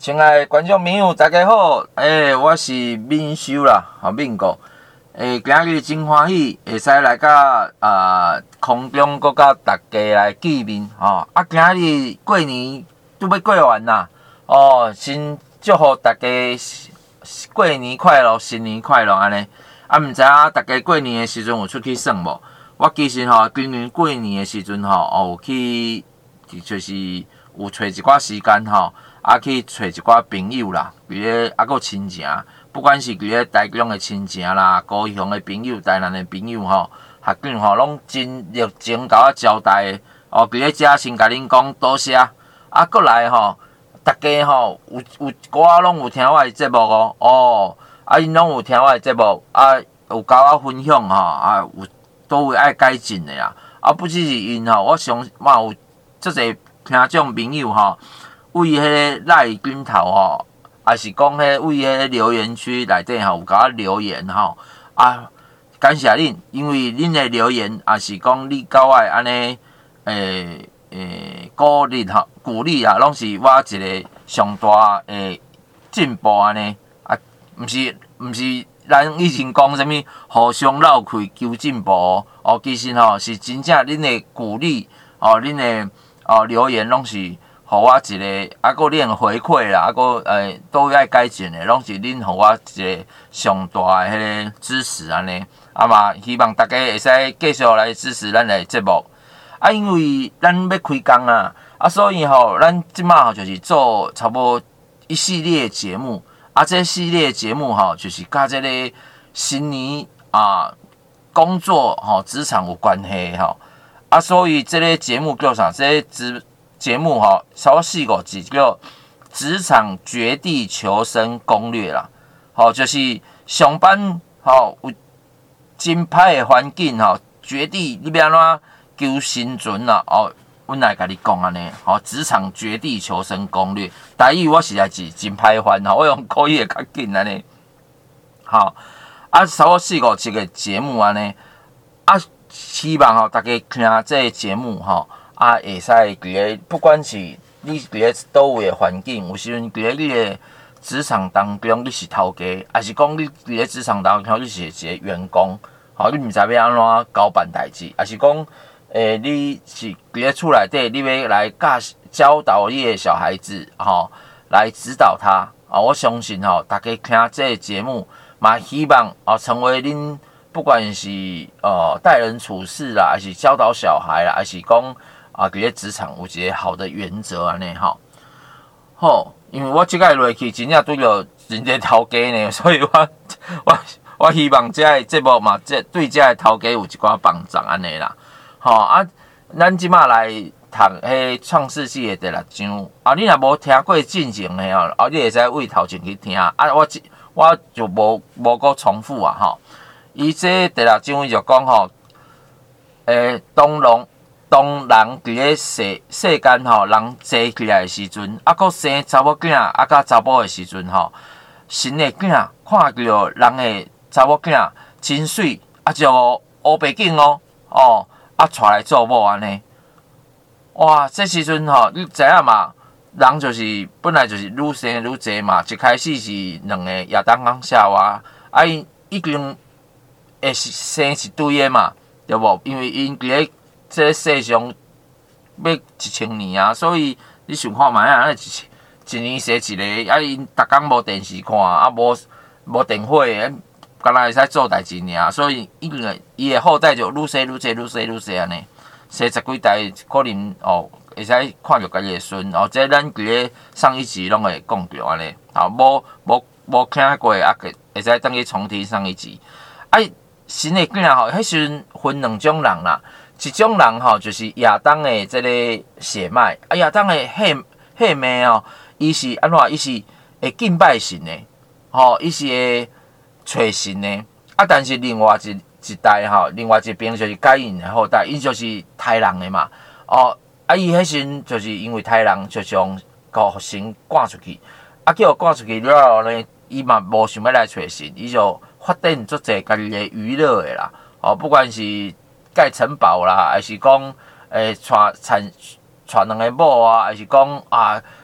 亲爱的观众朋友，大家好，我是敏修啦，敏哥，今日真欢喜，会使来甲空中搁甲大家来见面今日过年拄要过完啦，先祝福大家过年快乐，新年快乐安尼。毋知影大家过年的时阵有出去耍无？我其实今年过年的时阵有去，就是有找一寡时间去找一寡朋友啦，比如搁亲情，不管是比如台中的亲情啦，高雄的朋友、台南的朋友学长拢真热情甲我招待的比如遮先甲恁讲多谢，过来大家有我拢有听我的节目因拢有听我的节目有甲我分享有倒位爱改进的啦，不只是因我相嘛有足侪听众朋友为迄个赖君头也是讲为迄个留言区内底有甲我留言感谢恁，因为恁的留言也是讲你甲我安尼鼓励拢是我一个上大的进步安尼毋是咱以前讲啥物互相绕开求进步其实是真正恁的鼓励恁的留言拢是互我一个搁恁回馈啦都爱改进的，拢是恁互我一个上大的迄个支持安尼嘛，希望大家会使继续来支持咱的节目因为咱要开工所以咱即马就是做差不多一系列节目这系列节目就是甲这个新年工作职场有关系所以这个节目叫啥？这个节目差不多4-5字叫职场绝地求生攻略啦就是上班有真歹的环境绝地你要安怎求生存啦阮来甲你讲安尼职场绝地求生攻略。台语我实在是真歹翻我用口语会较紧安尼差不多4-5集个节目安尼希望大家听这个节目会使伫不管是你伫倒位的环境，有时阵伫你的职场当中你是头家，还是讲你伫职场当中你是一个员工你毋知要安怎搞办代志，还是讲你是伫厝内底，你要来教导你的小孩子来指导他我相信大家听这个节目嘛，希望成为恁不管是待人处事啦，还是教导小孩啦，还是讲伫职场有一个好的原则安尼因为我即摆落去真正对着人家头家呢，所以我希望这个节目嘛，对这个头家有一寡帮助安尼啦咱即马来读迄创世纪的第6章你若无听过进前的你会使为头前去听我就无搁重复伊这第6章伊就讲当人伫咧世间人坐起来的时阵搁生查某囝甲查甫的时阵神的囝看到人的查某囝真水就乌白紧带来做某安尼哇！这时阵你知影嘛？人就是本来就是愈生愈济嘛。一开始是2个亚当跟夏娃因已经会生一堆的嘛，对无？因为因伫咧这个世上要1000年所以你想看卖一年生一个因逐工无电视看无电火敢若会使做代志尔，所以伊的后代就愈生愈济安尼，生10几代可能会使看着家己的孙这咱伫咧上一集拢会讲着安尼无听过会使等去重听上一集神的囝迄时阵分2种人啦，一种人就是亚当的这个血脉亚当的血脉伊是安怎？伊是会敬拜神的伊是会找神的但是另外一代另外一边就是该隐的后代，伊就是杀人的嘛伊迄时就是因为杀人就将神赶出去叫赶出去了后呢，伊嘛无想要来找神，伊就发展足侪家己的娱乐的啦不管是盖城堡啦，还是讲带2个某还是讲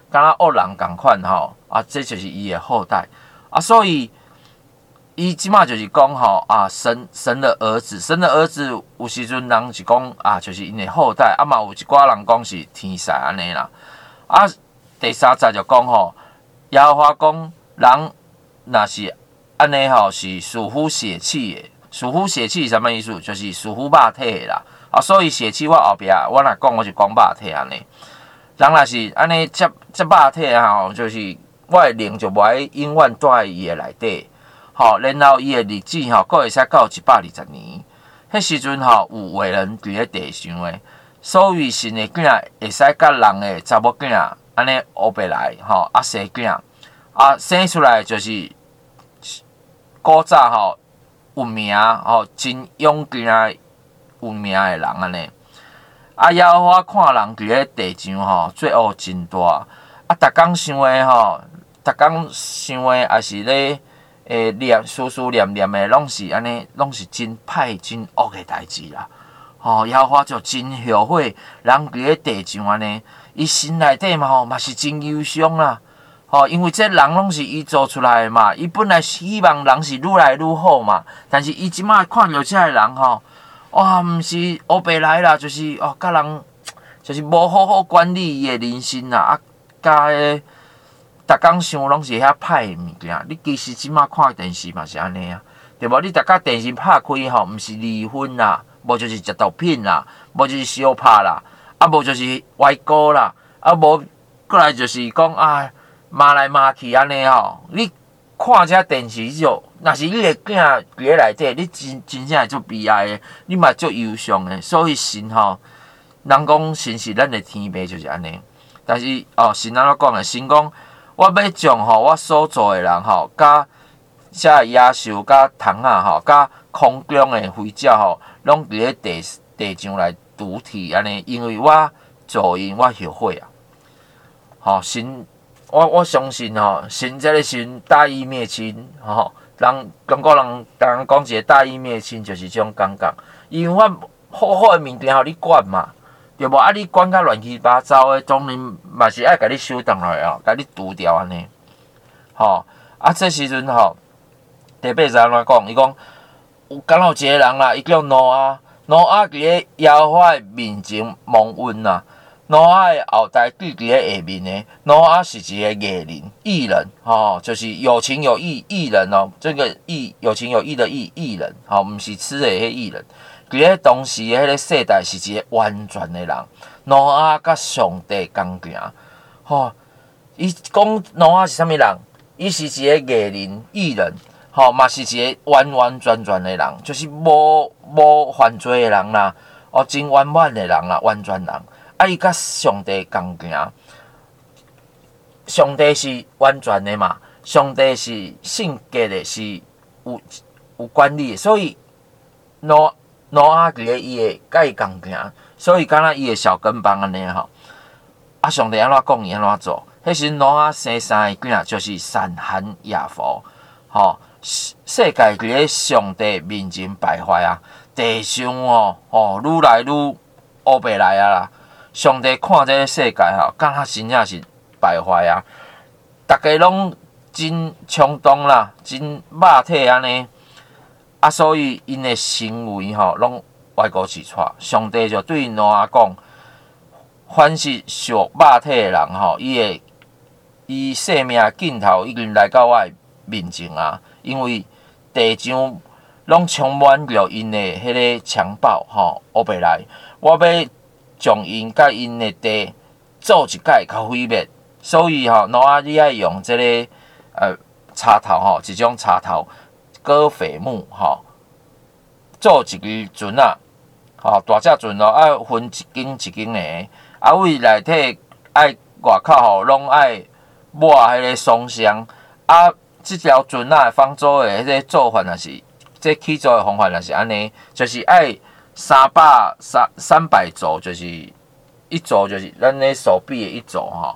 敢若恶人共款吼，啊，这就是伊的后代啊，所以伊即马就是讲吼啊，神的儿子，神的儿子有时阵人是讲啊，就是因的后代，啊嘛有一寡人讲是天使安尼啦，啊，第三节就讲吼，耶和华讲人若是安尼吼，是属乎血气的，属乎血气是啥物意思？就是属乎肉体的啦。啊，所以血气我后壁我若讲我是讲肉体安尼。人若是安尼接肉体吼，就是我的灵就无爱永远住在伊的内底。吼，然后伊的日子吼，阁会使到120年。迄时阵吼，有伟人伫咧地上诶，所以神的囝会使甲人的查某囝安尼学白来吼，啊生囝啊生出来就是古早吼有名吼真勇健有名的人安尼。啊，耶和华看人伫咧地上吼，罪恶真大。啊，逐工想诶吼，逐工想诶也是咧思思念念诶，拢是安尼，拢是真歹真恶诶代志啦。吼，耶和华就真后悔，人伫咧地上安尼，伊心内底嘛是真忧伤啦。吼，因为这人拢是伊做出来诶嘛，伊本来希望人是愈来愈好嘛，但是伊即摆看到遮个人吼。哇，毋是黑白来啦，就是哦，甲人就是无好好管理伊的人生啦，啊，甲迄逐工想拢是遐歹的物件。你其实即摆看电视嘛是安尼啊，对无？你逐工电视拍开吼，毋是离婚啦，无就是食毒品啦，无就是相拍啦，啊，无就是歪歌啦，啊，无过来就是讲啊，骂来骂去安尼吼，你。看遮电视就，若是你的囝伫咧内底，你真正会足悲哀的，你嘛足忧伤的。所以神吼，人讲神是咱的天父就是安尼。但是哦，神安怎讲的？神讲我要将吼我所做的人吼，甲遮野兽、甲虫仔吼、甲空中的飞鸟吼，拢伫咧地上来毒体安尼，因为我做因我后悔啊。吼神。我相信吼，神这个神大义灭亲吼，中国人讲一个大义灭亲，就是这种感觉。因为我好好的物件互你管嘛，对无？啊，你管甲乱七八糟的，当然嘛是爱甲你收档来哦，甲你除掉安尼。吼，啊，这时阵吼，第八节安怎讲？伊讲有敢有一个人啦，伊叫挪亚，挪亚伫咧耶和华的面前蒙恩啦。挪亚的后代对伫咧下面呢，挪亚是一个义人，吼，就是有情有义义人哦。这个义有情有义的义人，吼，毋是吃的迄义人。伫咧当时的迄个世代是一个完全的人。挪亚甲上帝共行，吼，伊讲挪亚是啥物人？伊是一个义人，吼，嘛是一个完全的人，就是无犯罪的人啦，哦，真圆满的人啦，完全人。啊！伊甲上帝共行，上帝是完全的嘛，上帝是性格的，是有管理的，所以挪亚伫咧伊的甲伊共行，所以敢若伊的小跟班安尼吼。啊，上帝安怎讲伊安怎做？迄时挪亚生三个囝，就是闪、含、雅弗，吼，世界伫咧上帝面前败坏啊，地上愈来愈乌白来啊啦。上帝看这个世界吼，敢若真正是败坏啊！大家拢真冲动啦，真肉体安尼啊，所以因的行为吼，拢歪狗起错。上帝就对挪亚讲：，凡是属肉体的人吼，伊生命尽头已经来到我的面前啊，因为地上拢充满着因的迄个强暴吼，乌白来，我要。将因甲因的地做一界较毁灭，所以吼，挪亚你爱用这个插头吼，一种插头割榧木吼，做一支船啊，吼大只船咯，爱分一斤一斤的，啊为内底爱外口吼拢爱抹迄个松香，啊这条船啊方舟的迄个做法若是，这起做的方法若是安尼，就是爱。300轴就是一轴，就是咱咧手臂的一轴吼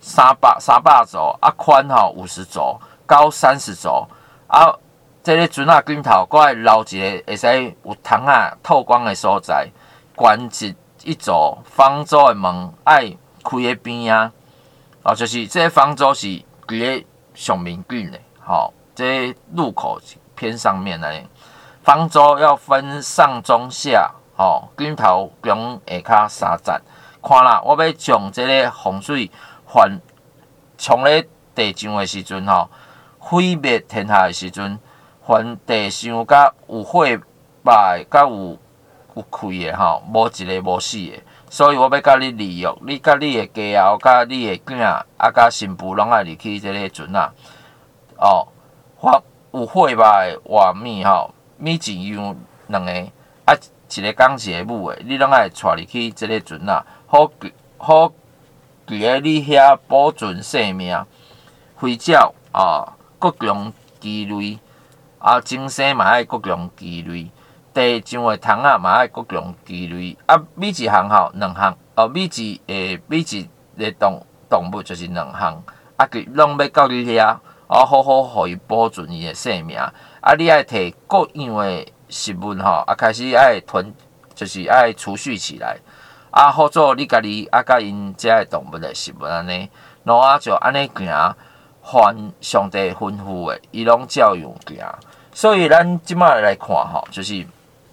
，300轴啊，宽吼50轴，高30轴啊。这个船仔顶头，搁爱留一个会使有窗仔透光的所在，悬一轴，方舟的门爱开喺边啊， 哦，就是这方舟是伫咧上面顶的，吼，这入口偏上面的。方舟要分上中下，吼，顶头中下骹3层。看啦，我要将这个风水还冲咧地上的时阵，吼，毁灭天下的时阵，还地上甲有火把甲有开的，吼，无一个无死的。所以我要甲你利用，你甲你的家后、甲你的囝，啊，甲新妇拢爱入去这个船啊。哦，有火把的活米吼，米一样两个，啊，一个公一个母的，你拢爱带入去这个船啊，好伫咧你遐保存性命。飞鸟啊，各种鸡类啊，精生嘛爱各种鸡类。地上的虫仔嘛爱各种鸡类，啊，每一项吼2项，每一个动物就是2项，啊，拢要到你遐，好好互伊保存伊的性命。啊，你爱摕各样的食物吼，啊，开始爱囤，就是爱储蓄起来，啊，好做你家己啊，甲因遮的动物的食物安尼，然后就安尼行，还上帝吩咐的，伊拢照样行。所以咱即摆来看吼，就是。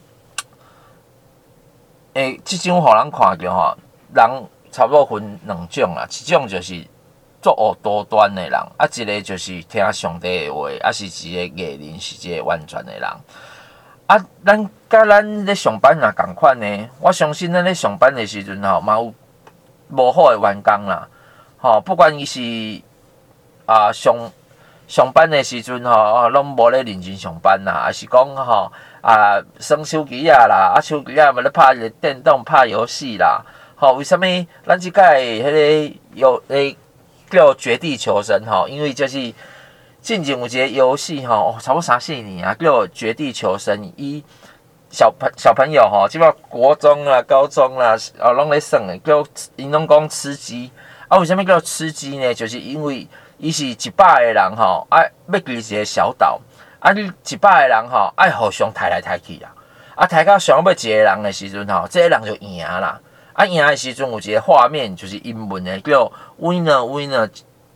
即张互人看着吼，人差不多分2种啦，一种就是作恶多端的人，啊，一个就是听上帝的话，啊，是一个艺人，是一个完全的人。啊，甲咱咧上班也共款呢。我相信咱咧上班的时阵吼，嘛有无好的员工啦，吼，不管伊是上班的时阵吼，拢无咧认真上班啦，还是讲吼。耍手机啦，手机嘛咧拍电动、拍游戏啦。为什么咱即届迄个叫绝地求生吼？因为就是近前有一个游戏吼，差不多3-4年啊，叫绝地求生。伊小朋友吼，即摆国中啦、高中啦，拢咧耍的，叫因拢讲吃鸡。为什么叫吃鸡呢？就是因为伊是100个人吼，要举一个小岛。你100个人吼，爱互相抬来抬去啦。抬到上尾一个人的时阵吼，这个人就赢啦。赢的时阵有一个画面，就是英文的叫 winner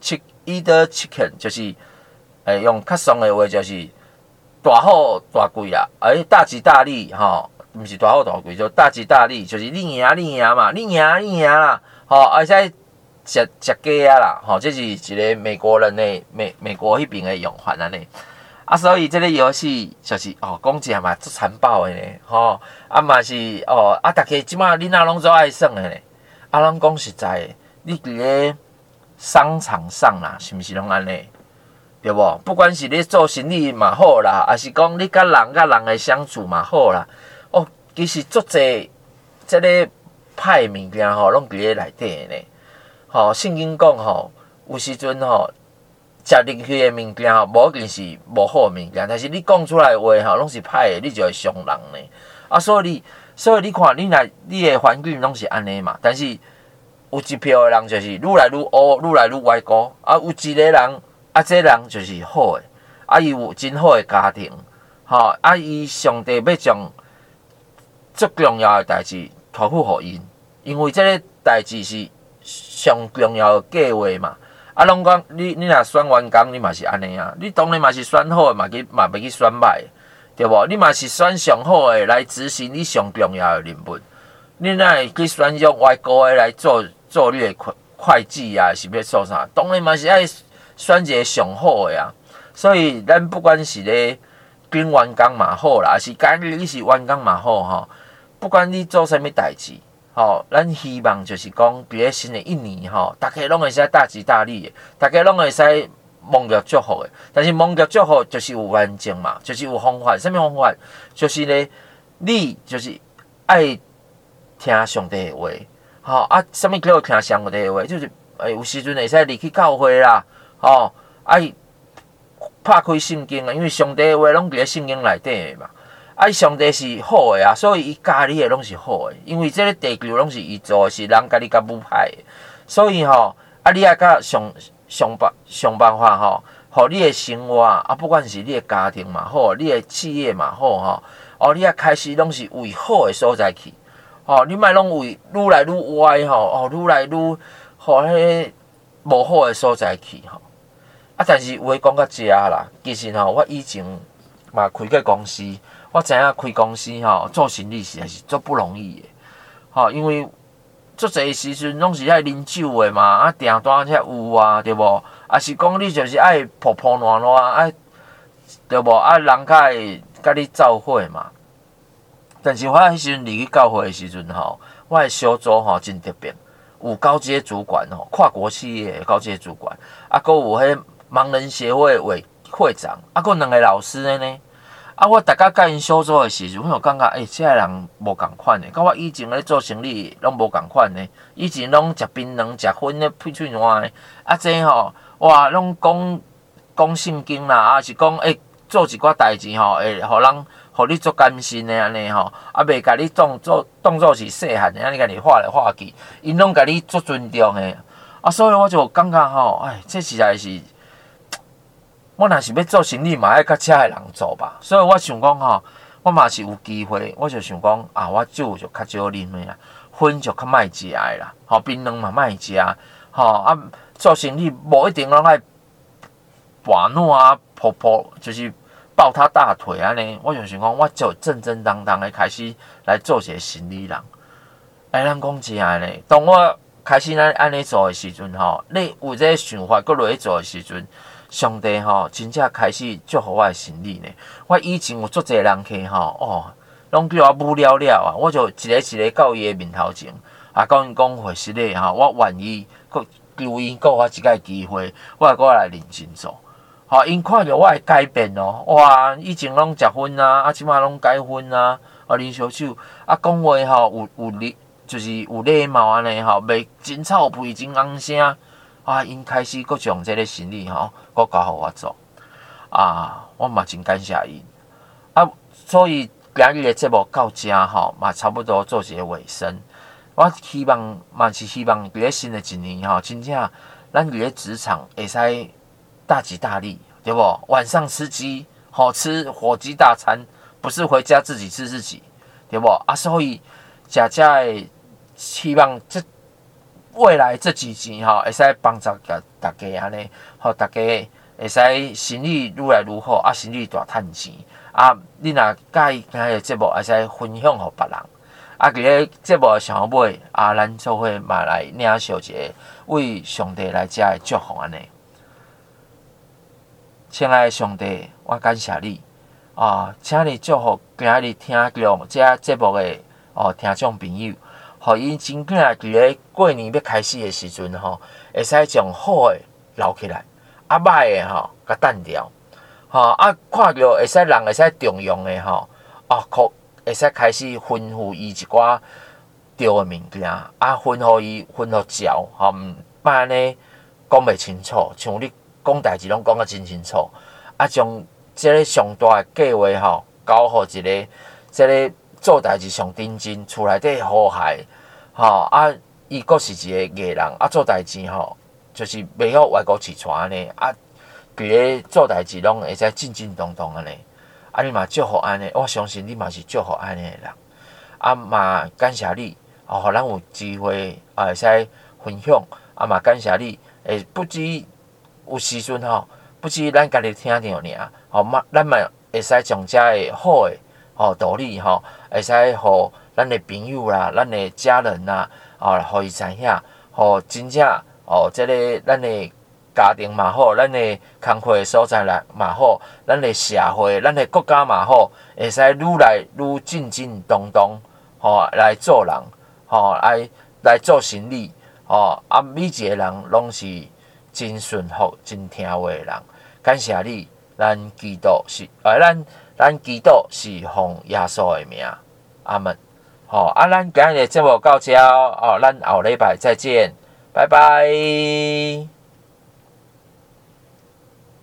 either chicken， 就是用较俗的话就是大好大贵啦。大吉大利吼，毋是大好大贵，就大吉大利，就是你赢嘛，你赢啦。会使食鸡啊啦。这是一个美国人的美国迄边的用法安尼。所以这个游戏就是讲起来嘛，足残暴的呢，嘛是大家即马恁拢做爱耍的呢。咱讲实在的，你伫咧商场上啦，是毋是拢安尼？对无？不管是咧做生意嘛好啦，还是讲你甲人的相处嘛好啦。其实足济这个歹物件拢伫咧内底的呢。圣经讲有时阵食入去的物件无一定是无好的物件，但是你讲出来的话拢是歹的，你就会伤人呢。所以你看，你的环境拢是安尼嘛。但是有一票的人就是愈来愈乌，愈来愈歪高。有一个人这人就是好的，伊有真好的家庭，伊上帝要将最重要的代志托付互因，因为这个代志是上重要的计划嘛。拢讲你若选员工，你嘛是安尼啊。你当然嘛是选好的，嘛袂去选歹的，对无？你嘛是选上好的来执行你上重要的任务。你哪会去选种外国的来做你的会计啊？是要做啥？当然嘛是爱选一个上好的啊。所以咱不管是咧跟员工嘛好啦，还是家己你是员工嘛好不管你做啥物代志。咱希望就是讲，伫咧新的一年大家拢会使大吉大利的，大家拢会使蒙着祝福的。但是蒙着祝福就是有完境嘛，就是有方法。什么方法？就是咧，你就是爱听上帝的话，什么叫做听上帝的话？就是有时阵会使离去教会啦，爱拍开圣经啊，因为上帝的话拢伫咧圣经内底的嘛。上帝是好的所以伊教你的拢是好的，因为这个地球拢是伊做的，是人家己甲母派的，所以你爱甲想办法互你的生活不管是你的家庭嘛好，你的企业嘛好你爱开始拢是为好的所在去你莫拢为愈来愈歪愈来愈互迄无好诶所在去吼。啊，但是话讲到遮啦，其实吼，我以前嘛开过公司，我知影开公司吼做生意实在是足不容易诶。吼，因为足侪时阵拢是爱啉酒诶嘛，啊订单才有啊，对无？啊是讲你就是爱破破烂烂，爱对无？啊人较会甲你走伙嘛。但是我迄时阵入去教会诶时阵吼，我诶小组吼真特别，有高阶主管吼，跨国企业诶高阶主管，啊，搁有迄盲人协会会长，啊，搁两个老师诶呢。啊，我逐家甲因小组诶时阵，我就感觉，这个人无共款诶，甲我以前咧做生意拢无共款诶。以前拢食槟榔、食薰咧，屁喙烂诶。啊，这吼，哇，拢讲圣经啦，啊是讲做一寡代志吼，会互人。互你做甘心的安尼吼，啊，袂甲你当作是细汉的安尼甲你画来画去，因拢甲你做尊重的，啊，所以我就感觉吼，这实在是，我若是要做生意嘛，爱甲遮的人做吧。所以我想讲吼，我嘛是有机会，我就想讲啊，我酒就较少啉的啦，薰就较莫食的啦，吼，槟榔嘛莫食，吼啊，做生意无一定拢爱跋烂啊，就是抱他大腿安尼，我就想讲，我就正正当当的开始来做一个生意人。咱讲真诶呢，当我开始安尼做的时阵吼，你有这个想法，搁落去做的时阵，上帝吼真正开始祝福我的生意呢。我以前有足侪人客吼，拢叫我母了了啊，我就一个一个到伊的面头前，讲因讲会实咧吼，我愿意佮求因给我一个机会，我搁来认真做。吼，因看着我的改变哦，哇！以前拢食薰啊，即马拢改薰啊，啉烧酒，讲话吼就是有礼貌安尼吼，袂真臭屁真昂声因开始佫将这个生意吼，佫交互我做我嘛真感谢因所以今日的节目到遮吼，嘛差不多做一个尾声。我希望嘛是希望伫咧新的一年吼，真正咱伫咧职场会使。大吉大利，对不？晚上吃鸡，吃火鸡大餐，不是回家自己吃自己，对不？所以希望这未来这几集会使帮助大家安尼，大家会使生意愈来愈好，生意大赚钱你若介意今日的节目，会使分享给别人。伫咧节目的上尾咱做伙嘛来领受一个为上帝来遮的祝福安尼。亲爱的上帝，我感谢你请你祝福今日听着这节目的听众朋友，互因真正伫咧过年要开始的时阵会使将好的留起来，歹的甲淡掉看着人会使重用的会使开始吩咐伊一寡对的物件吩咐伊照毋捌安尼讲袂清楚，像你。讲代志拢讲得真清楚，将这个上大的计划交互一个这个做代志上认真、厝内底和谐伊阁是一个艺人做代志就是袂晓外国市传安尼伫咧做代志拢会使正正当当安尼你嘛祝福安尼，我相信你嘛是祝福安尼的人嘛感谢你互咱有机会会使分享嘛感谢你不止。有时阵不止咱家己听着尔咱嘛会使将遮个好的道理会使互咱的朋友啦、咱的家人啦互伊知影真正这个咱的家庭嘛好，咱的工课的所在啦嘛好，咱的社会、咱的国家嘛好，会使愈来愈正正当当来做人来做生意每一个人拢是。真顺服、真听话的人，感谢你，咱祈祷是咱祈祷是奉耶稣的名，阿门。咱今日的节目到这咱后礼拜再见，拜拜。